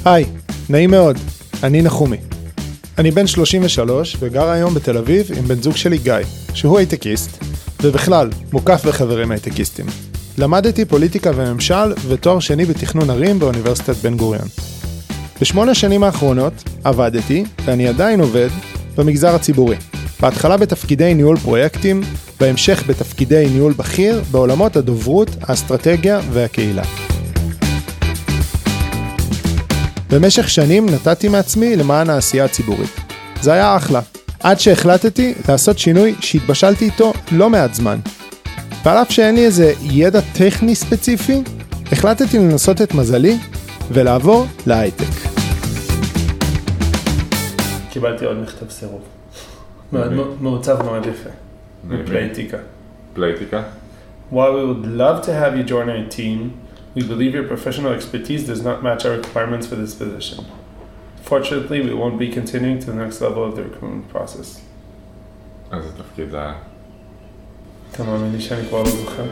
היי, נעים מאוד, אני נחומי. אני בן 33 וגר היום בתל אביב עם בן זוג שלי גיא, שהוא הייטקיסט, ובכלל מוקף בחברים הייטקיסטים. למדתי פוליטיקה וממשל ותואר שני בתכנון ערים באוניברסיטת בן גוריון. ב8 שנים האחרונות עבדתי, ואני עדיין עובד, במגזר הציבורי. בהתחלה בתפקידי ניהול פרויקטים, בהמשך בתפקידי ניהול בכיר, בעולמות הדוברות, האסטרטגיה והקהילה. במשך שנים נתתי מעצמי למען העשייה הציבורית. זה היה אחלה. עד שהחלטתי לעשות שינוי שהתבשלתי איתו לא מעט זמן. ועל אף שאין לי איזה ידע טכני ספציפי, החלטתי לנסות את מזלי ולעבור להייטק. קיבלתי עוד מכתב סירוב. מעוצב מאוד יפה. מפלייטיקה. פלייטיקה? While we would love to have you join our team, we believe your professional expertise does not match our requirements for this position. Fortunately, we won't be continuing to the next level of the recruitment process. איזה תפקיד זה היה? אתה מאמין לי שאני כבר לא זוכר?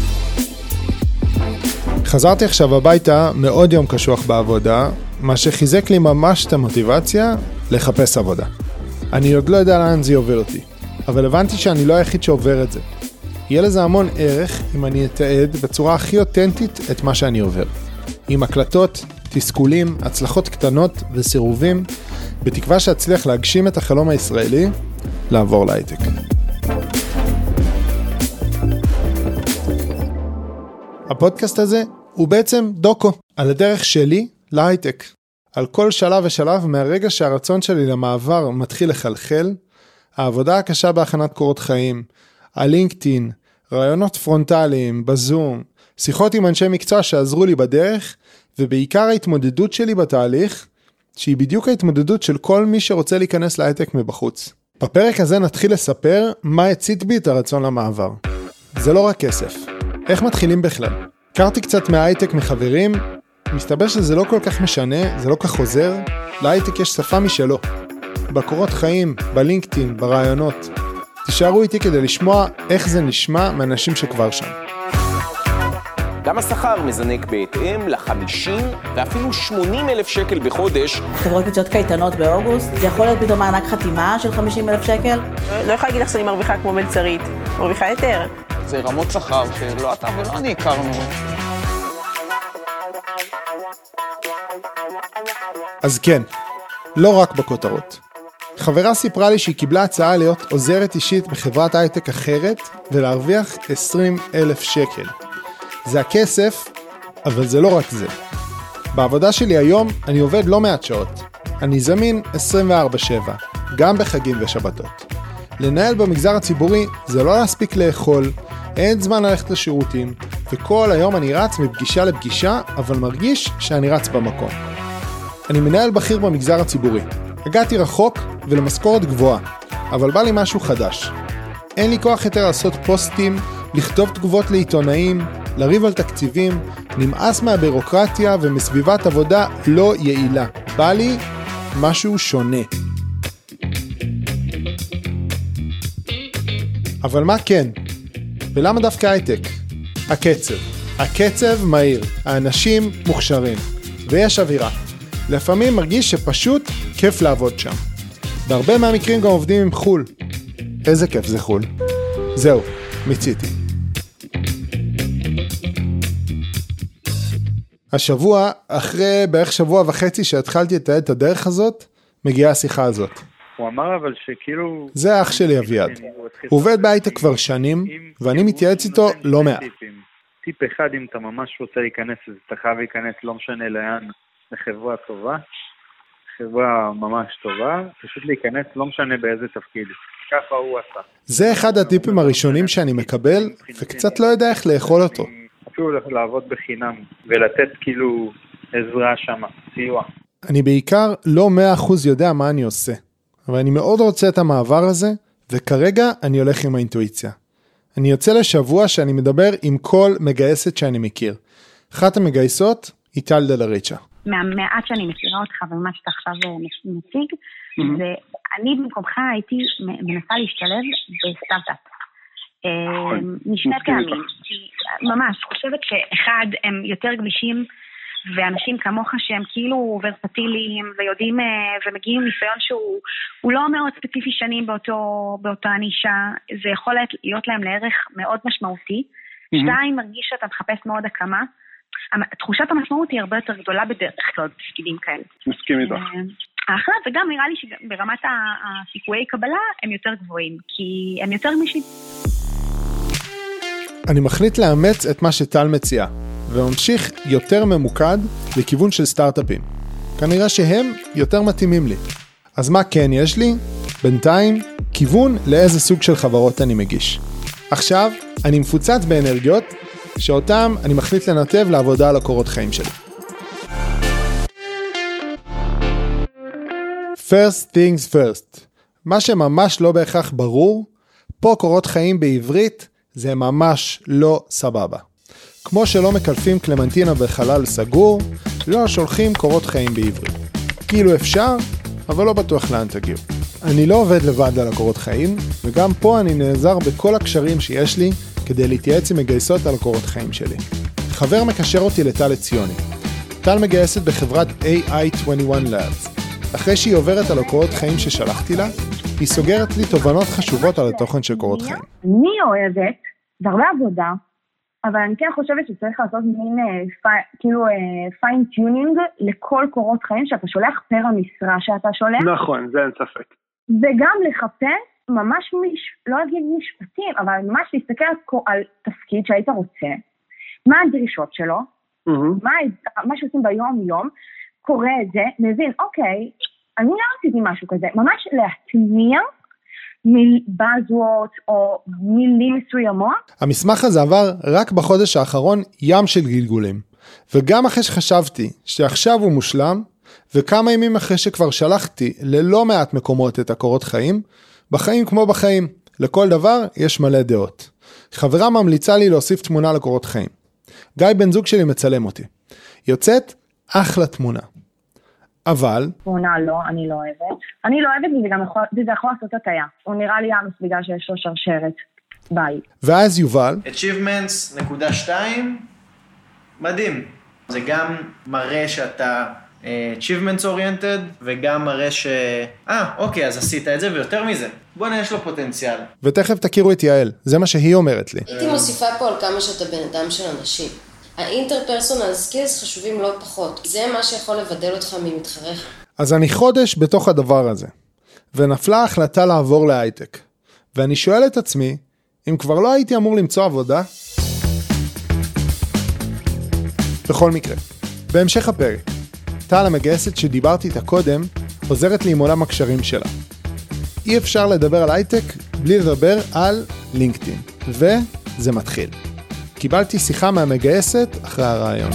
חזרתי עכשיו הביתה מאוד יום קשוח בעבודה, מה שחיזק לי ממש את המוטיבציה לחפש עבודה. אני עוד לא יודע לאן זה יוביל אותי, אבל הבנתי שאני לא היחיד שעובר את זה. יהיה לזה המון ערך אם אני אתעד בצורה הכי אותנטית את מה שאני עובר. עם הקלטות, תסכולים, הצלחות קטנות וסירובים, בתקווה שאצליח להגשים את החלום הישראלי, לעבור להייטק. הפודקאסט הזה הוא בעצם דוקו, על הדרך שלי להייטק. על כל שלב ושלב מהרגע שהרצון שלי למעבר מתחיל לחלחל, העבודה הקשה בהכנת קורות חיים, הלינקדאין, רעיונות פרונטליים, בזום, שיחות עם אנשי מקצוע שעזרו לי בדרך, ובעיקר ההתמודדות שלי בתהליך, שהיא בדיוק ההתמודדות של כל מי שרוצה להיכנס להייטק מבחוץ. בפרק הזה נתחיל לספר מה הצית בי את הרצון למעבר. זה לא רק כסף. איך מתחילים בכלל? הכרתי קצת מההייטק מחברים, מסתבר שזה לא כל כך משנה, זה לא כך חוזר, להייטק יש שפה משלו. בקורות חיים, בלינקדאין, ברעיונות. תישארו איתי כדי לשמוע איך זה נשמע מאנשים שכבר שם. גם השכר מזנק בהתאם ל50 ואפילו 80,000 שקל בחודש. חברות מציעות קייטנות באוגוסט, זה יכול להיות פתאום מענק חתימה של 50,000 שקל. לא יכולה להגיד לך שאני מרוויחה כמו מלצרית, מרוויחה יותר. זה רמות שכר שלא אתה ולא אני הכרנו. אז כן, לא רק בכותרות. חברה סיפרה לי שהיא קיבלה הצעה להיות עוזרת אישית בחברת הייטק אחרת ולהרוויח 20,000 שקל. זה הכסף, אבל זה לא רק זה. בעבודה שלי היום אני עובד לא מעט שעות. אני זמין 24/7, גם בחגים ושבתות. לנהל במגזר הציבורי זה לא להספיק לאכול, אין זמן ללכת לשירותים, וכל היום אני רץ מפגישה לפגישה, אבל מרגיש שאני רץ במקום. אני מנהל בכיר במגזר הציבורי. הגעתי רחוק ולמשכורת גבוהה, אבל בא לי משהו חדש. אין לי כוח יותר לעשות פוסטים, לכתוב תגובות לעיתונאים, לריב על תקציבים, נמאס מהבירוקרטיה ומסביבת עבודה לא יעילה. בא לי משהו שונה. אבל מה כן? ולמה דווקא הייטק? הקצב. הקצב מהיר, האנשים מוכשרים, ויש אווירה. לפעמים מרגיש שפשוט כיף לעבוד שם. בהרבה מהמקרים גם עובדים עם חול. איזה כיף זה חול. זהו, מיציתי. השבוע, אחרי בערך שבוע וחצי שהתחלתי את הדרך הזאת, מגיעה השיחה הזאת. הוא אמר אבל שכאילו... זה אח שלי אביעד. הוא עובד בהייטק כבר שנים, ואני מתייעץ איתו לא מעט. טיפ אחד, אם אתה ממש רוצה להיכנס, אז אתה חייב להיכנס, לא משנה לאן, לחברה טובה, חברה ממש טובה, פשוט להיכנס, לא משנה באיזה תפקיד. ככה הוא עשה. זה אחד הטיפים הראשונים שאני מקבל, וקצת לא יודע איך לאכול אותו. אפילו לעבוד בחינם, ולתת כאילו עזרה שם, סיוע. אני בעיקר לא 100% יודע מה אני עושה, אבל אני מאוד רוצה את המעבר הזה, וכרגע אני הולך עם האינטואיציה. אני יוצא לשבוע שאני מדבר עם כל מגייסת שאני מכיר. אחת המגייסות היא טל דלריצ'ה. מהמעט שאני מכירה אותך ומה שאתה עכשיו מציג, ואני במקומך הייתי מנסה להשתלב בסטארט-אפ. משני פעמים. ממש, חושבת שאחד, הם יותר גמישים ואנשים כמוך שהם כאילו ורסטיליים ויודעים ומגיעים ניסיון שהוא לא מאוד ספציפי שנים באותה נישה, זה יכול להיות להם לערך מאוד משמעותי. שתיים, מרגיש שאתה מחפש מאוד הקמה. תחושת המשמעות היא הרבה יותר גדולה בדרך כלל בתפקידים כאלה. מסכים איתך. אחלה, וגם נראה לי שברמת הסיכויי קבלה הם יותר גבוהים, כי הם יותר גמישים. אני מחליט לאמץ את מה שטל מציעה, וממשיך יותר ממוקד לכיוון של סטארט-אפים. כנראה שהם יותר מתאימים לי. אז מה כן יש לי? בינתיים, כיוון לאיזה סוג של חברות אני מגיש. עכשיו, אני מפוצץ באנרגיות, שאותם אני מחליט לנתב לעבודה על הקורות חיים שלי. First things first. מה שממש לא בהכרח ברור, פה קורות חיים בעברית זה ממש לא סבבה. כמו שלא מקלפים קלמנטינה בחלל סגור, לא שולחים קורות חיים בעברית. כאילו אפשר, אבל לא בטוח לאן תגיעו. אני לא עובד לבד על הקורות חיים, וגם פה אני נעזר בכל הקשרים שיש לי כדי להתייעץ עם מגייסות על הקורות חיים שלי. חבר מקשר אותי לטל ציוני. טל מגייסת בחברת AI21 Labs. אחרי שהיא עוברת על הקורות חיים ששלחתי לה, היא סוגרת לי תובנות חשובות על התוכן של קורות חיים. אני אוהבת, זה הרבה עבודה, אבל אני כן חושבת שצריך לעשות מין פיין טיונינג לכל קורות חיים שאתה שולח פר המשרה שאתה שולח. נכון, זה אין ספק. וגם לחפש ממש, לא אגיד משפטים, אבל ממש להסתכל על תפקיד שהיית רוצה, מה הדרישות שלו, מה שעושים ביום יום, קורא את זה, מבין, אוקיי, אני לא רציתי משהו כזה, ממש להטמיע מבאזוורדס או מילים מסוימות. המסמך הזה עבר רק בחודש האחרון ים של גלגולים, וגם אחרי שחשבתי שעכשיו הוא מושלם, וכמה ימים אחרי שכבר שלחתי ללא מעט מקומות את הקורות חיים, בחיים כמו בחיים, לכל דבר יש מלא דעות. חברה ממליצה לי להוסיף תמונה לקורות חיים. גיא בן זוג שלי מצלם אותי. יוצאת אחלה תמונה. אבל... תמונה לא, אני לא אוהבת. אני לא אוהבת וזה יכול לעשות הטעיה. הוא נראה לי ארס בגלל שיש לו שרשרת. ביי. ואז יובל... Achievements, נקודה 2, מדהים. זה גם מראה שאתה achievements oriented, וגם מראה אוקיי, אז עשית את זה, ויותר מזה. בוא נראה, יש לו פוטנציאל. ותכף תכירו את יעל, זה מה שהיא אומרת לי. הייתי מוסיפה פה על כמה שאתה בן אדם של אנשים. האינטרפרסונל סקילס חשובים לא פחות. זה מה שיכול לבדל אותך ממתחרך. אז אני חודש בתוך הדבר הזה, ונפלה החלטה לעבור להייטק. ואני שואל את עצמי, אם כבר לא הייתי אמור למצוא עבודה? בכל מקרה, בהמשך הפרק, טל המגייסת שדיברתי איתה קודם, עוזרת לי עם עולם הקשרים שלה. אי אפשר לדבר על הייטק בלי לדבר על לינקדאין, וזה מתחיל. קיבלתי שיחה מהמגייסת אחרי הרעיון.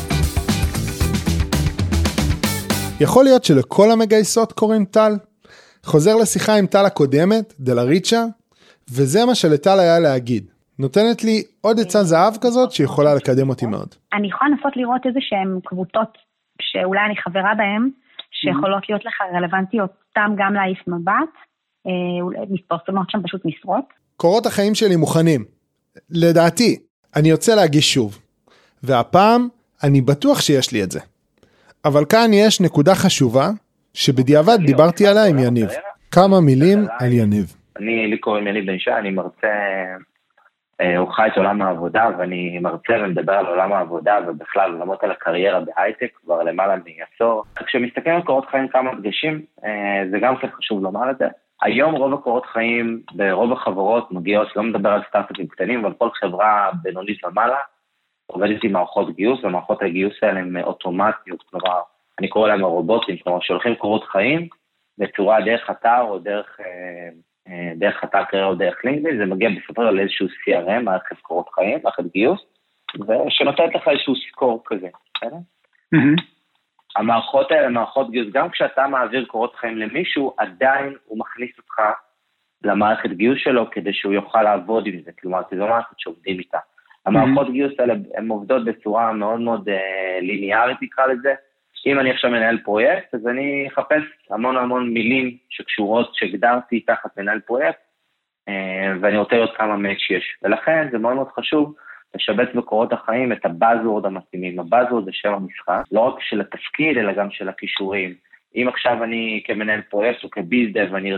יכול להיות שלכל המגייסות קוראים טל? חוזר לשיחה עם טל הקודמת, דלריצ'ה, וזה מה שלטל היה להגיד. נותנת לי עוד עצה זהב כזאת שיכולה לקדם אותי מאוד. אני יכולה לנסות לראות איזה שהן קבוצות שאולי אני חברה בהן, שיכולות להיות לך רלוונטיות סתם גם להעיף מבט, מתפרסמות שם פשוט משרות. קורות החיים שלי מוכנים. לדעתי, אני יוצא להגיש שוב. והפעם אני בטוח שיש לי את זה. אבל כאן יש נקודה חשובה, שבדיעבד דיברתי עליה עם יניב. כמה מילים על יניב. לי קוראים יניב בן שי, אני מרצה, הוא חי את עולם העבודה, ואני מרצה ומדבר על עולם העבודה, ובכלל עולמות על הקריירה בהייטק, כבר למעלה מעשור. כשמסתכלים על קורות חיים כמה דגשים, זה גם כן חשוב לומר את זה. היום רוב הקורות חיים ברוב החברות מגיעות, לא מדבר על סטארט-אפים קטנים, אבל כל חברה בינונית ומעלה, עובדת עם מערכות גיוס, ומערכות הגיוס האלה הן אוטומטיות, כלומר, אני קורא להם הרובוטים, כלומר, שולחים קורות חיים בצורה דרך אתר או דרך אתר קריירה או דרך לינקדאין, זה מגיע בסופו של דבר לאיזשהו CRM, מערכת קורות חיים, מערכת גיוס, ושנותנת לך איזשהו סקור כזה, בסדר? המערכות האלה, מערכות גיוס, גם כשאתה מעביר קורות חיים למישהו, עדיין הוא מכניס אותך למערכת גיוס שלו, כדי שהוא יוכל לעבוד עם זה, כלומר, כי זו מערכת שעובדים איתה. המערכות גיוס האלה, הן עובדות בצורה מאוד מאוד ליניארית, נקרא לזה. אם אני עכשיו מנהל פרויקט, אז אני אחפש המון מילים שקשורות, שהגדרתי תחת מנהל פרויקט, ואני רוצה לראות כמה מאץ' יש. ולכן זה מאוד מאוד חשוב לשבץ בקורות החיים את הבאזוורד המתאימים. הבאזוורד זה שם המשחק, לא רק של התפקיד, אלא גם של הכישורים. אם עכשיו אני כמנהל פרויקט או כביזדב, ואני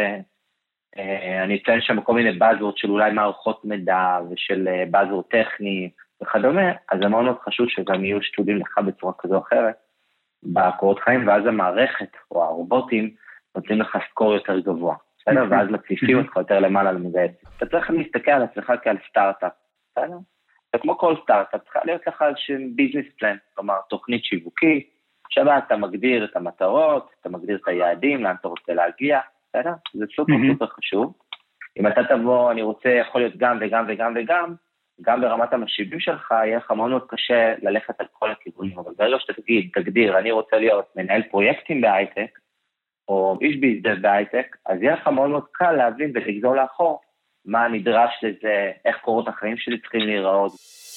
אתן שם כל מיני באזוורד של אולי מערכות מידע, ושל באזוורד טכני וכדומה, אז זה מאוד מאוד חשוב שגם יהיו שתולים לך בצורה כזו או אחרת, בקורות חיים, ואז המערכת או הרובוטים נותנים לך סקור יותר גבוה. בסדר? ואז מציפים אותך יותר למעלה למגייס. אתה צריך להסתכל על עצמך כעל סטארט-אפ. בסדר? וכמו כל סטארט-אפ, צריכה להיות לך איזשהו ביזנס פלן, כלומר, תוכנית שיווקית, שבה אתה מגדיר את המטרות, אתה מגדיר את היעדים, לאן אתה רוצה להגיע, בסדר? זה סופר סופר חשוב. אם אתה תבוא, אני רוצה, יכול להיות גם וגם וגם וגם, גם ברמת המשאבים שלך, יהיה לך מאוד מאוד קשה ללכת על כל הכיוונים, אבל ברגע שאתה תגדיר, אני רוצה להיות מנהל פרויקטים בהייטק, או איש ביזנס בהייטק, אז יהיה לך מאוד מאוד קל להבין ולגזור לאחור מה נדרש לזה, איך קורות החיים שלי צריכים להיראות.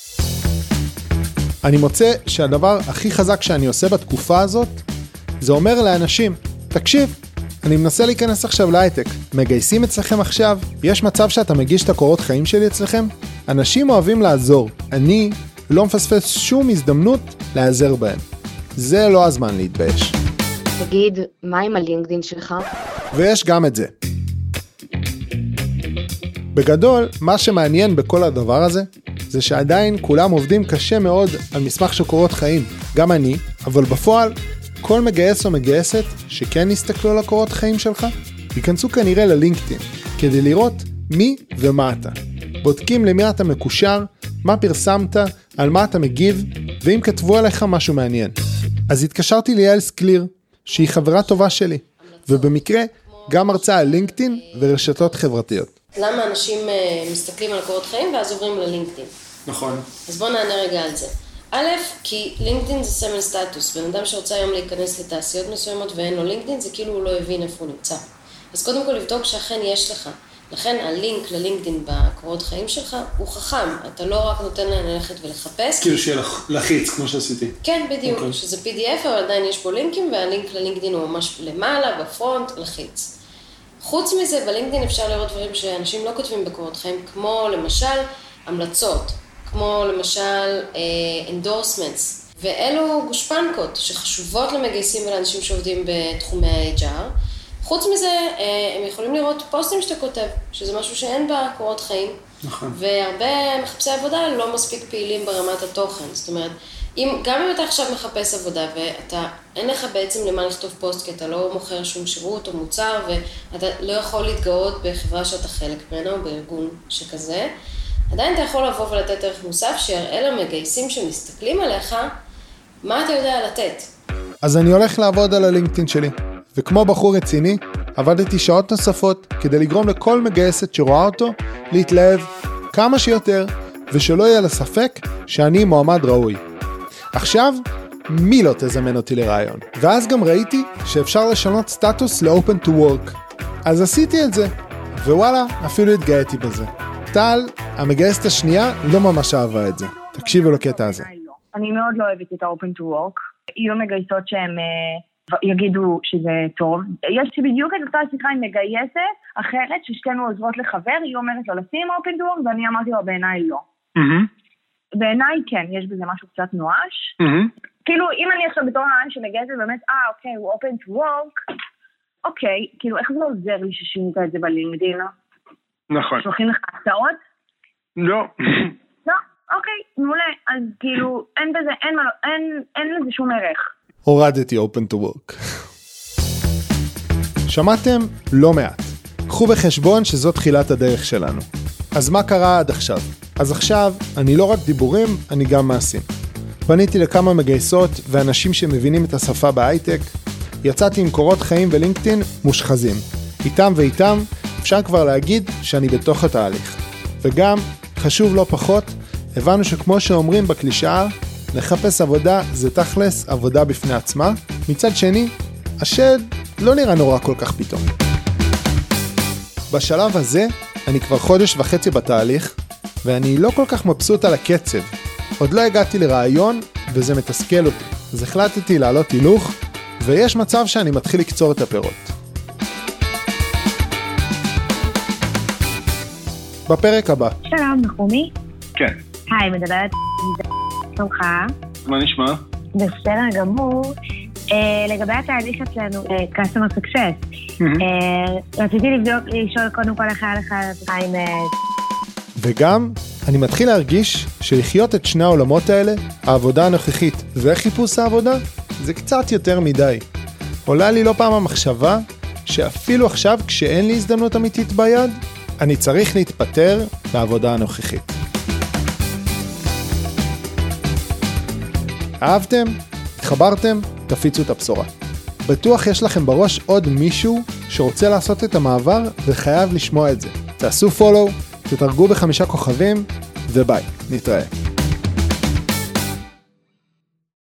אני מוצא שהדבר הכי חזק שאני עושה בתקופה הזאת, זה אומר לאנשים, תקשיב, אני מנסה להיכנס עכשיו להייטק, מגייסים אצלכם עכשיו, יש מצב שאתה מגיש את הקורות חיים שלי אצלכם? אנשים אוהבים לעזור, אני לא מפספס שום הזדמנות לעזר בהם. זה לא הזמן להתבייש. תגיד, מה עם הלינקדין שלך? ויש גם את זה. בגדול, מה שמעניין בכל הדבר הזה, זה שעדיין כולם עובדים קשה מאוד על מסמך של קורות חיים. גם אני, אבל בפועל, כל מגייס או מגייסת שכן יסתכלו על הקורות חיים שלך, ייכנסו כנראה ללינקדין, כדי לראות מי ומה אתה. בודקים למי אתה מקושר, מה פרסמת, על מה אתה מגיב, ואם כתבו עליך משהו מעניין. אז התקשרתי ליעל סקליר, שהיא חברה טובה שלי, ובמקרה גם הרצאה על לינקדין ורשתות חברתיות. למה אנשים מסתכלים על קורות חיים ואז עוברים ללינקדין? נכון. אז בואו נענה רגע על זה. א', כי לינקדין זה סמל סטטוס. בן אדם שרוצה היום להיכנס לתעשיות מסוימות ואין לו לינקדין, זה כאילו הוא לא הבין איפה הוא נמצא. אז קודם כל לבדוק שאכן יש לך. לכן הלינק ללינקדין בקורות חיים שלך הוא חכם. אתה לא רק נותן להם ללכת ולחפש. כאילו שיהיה לחיץ, כמו שעשיתי. כן, בדיוק. שזה PDF, אבל עדיין יש בו לינקים, והלינק ללינקדין הוא ממש למעלה, בפרונט, לחיץ. חוץ מזה, בלינקדין אפשר לראות דברים שאנשים לא כותבים בקורות חיים, כמו למשל המלצות, כמו למשל endorsements, ואלו גושפנקות שחשובות למגייסים ולאנשים שעובדים בתחומי ה-HR. חוץ מזה, הם יכולים לראות פוסטים שאתה כותב, שזה משהו שאין בקורות חיים. נכון. והרבה מחפשי עבודה לא מספיק פעילים ברמת התוכן. זאת אומרת, גם אם אתה עכשיו מחפש עבודה ואין לך בעצם למה לכתוב פוסט, כי אתה לא מוכר שום שירות או מוצר, ואתה לא יכול להתגאות בחברה שאתה חלק ממנה או בארגון שכזה, עדיין אתה יכול לבוא ולתת ערך מוסף שיראה למגייסים שמסתכלים עליך, מה אתה יודע לתת. אז אני הולך לעבוד על הלינקדין שלי, וכמו בחור רציני, עבדתי שעות נוספות כדי לגרום לכל מגייסת שרואה אותו להתלהב כמה שיותר, ושלא יהיה לספק שאני מועמד ראוי. עכשיו, מי לא תזמן אותי לרעיון? ואז גם ראיתי שאפשר לשנות סטטוס ל-Open to Work. אז עשיתי את זה, ווואלה, אפילו התגאיתי בזה. טל, המגייסת השנייה, לא ממש אהבה את זה. תקשיבו לקטע הזה. אני מאוד לא אוהבת את ה-Open to Work. יהיו מגייסות שהן יגידו שזה טוב. יש בדיוק את אותה שיחה עם מגייסת אחרת, ששתינו עוזרות לחבר, היא אומרת לו לשים Open to Work, ואני אמרתי לו, בעיניי לא. בעיניי כן, יש בזה משהו קצת נואש. כאילו, אם אני עכשיו בתור העין שמגייסת באמת, אוקיי, הוא Open to Work, אוקיי, כאילו, איך זה עוזר לי ששינית את זה בלינקדין? נכון. שולחים לך הצעות? לא. לא, אוקיי, מעולה. אז כאילו, אין בזה, אין לזה שום ערך. הורדתי Open to Work. שמעתם? לא מעט. קחו בחשבון שזו תחילת הדרך שלנו. אז מה קרה עד עכשיו? אז עכשיו, אני לא רק דיבורים, אני גם מעשים. פניתי לכמה מגייסות ואנשים שמבינים את השפה בהייטק, יצאתי עם קורות חיים ולינקדין מושחזים. איתם ואיתם אפשר כבר להגיד שאני בתוך התהליך. וגם, חשוב לא פחות, הבנו שכמו שאומרים בקלישאה, לחפש עבודה זה תכלס עבודה בפני עצמה. מצד שני, השד לא נראה נורא כל כך פתאום. בשלב הזה, אני כבר חודש וחצי בתהליך, ואני לא כל כך מבסוט על הקצב. עוד לא הגעתי לרעיון, וזה מתסכל אותי. אז החלטתי לעלות הילוך, ויש מצב שאני מתחיל לקצור את הפירות. בפרק הבא. שלום, נחומי. כן. היי, מדברת שלומך. מה נשמע? בסדר גמור. לגבי התהליך אצלנו, customer success, רציתי לשאול קודם כל איך היה לך עם... וגם, אני מתחיל להרגיש שלחיות את שני העולמות האלה, העבודה הנוכחית וחיפוש העבודה, זה קצת יותר מדי. עולה לי לא פעם המחשבה שאפילו עכשיו, כשאין לי הזדמנות אמיתית ביד, אני צריך להתפטר מהעבודה הנוכחית. אהבתם? התחברתם? תפיצו את הבשורה. בטוח יש לכם בראש עוד מישהו שרוצה לעשות את המעבר וחייב לשמוע את זה. תעשו פולו, תתרגו ב5 כוכבים, וביי, נתראה.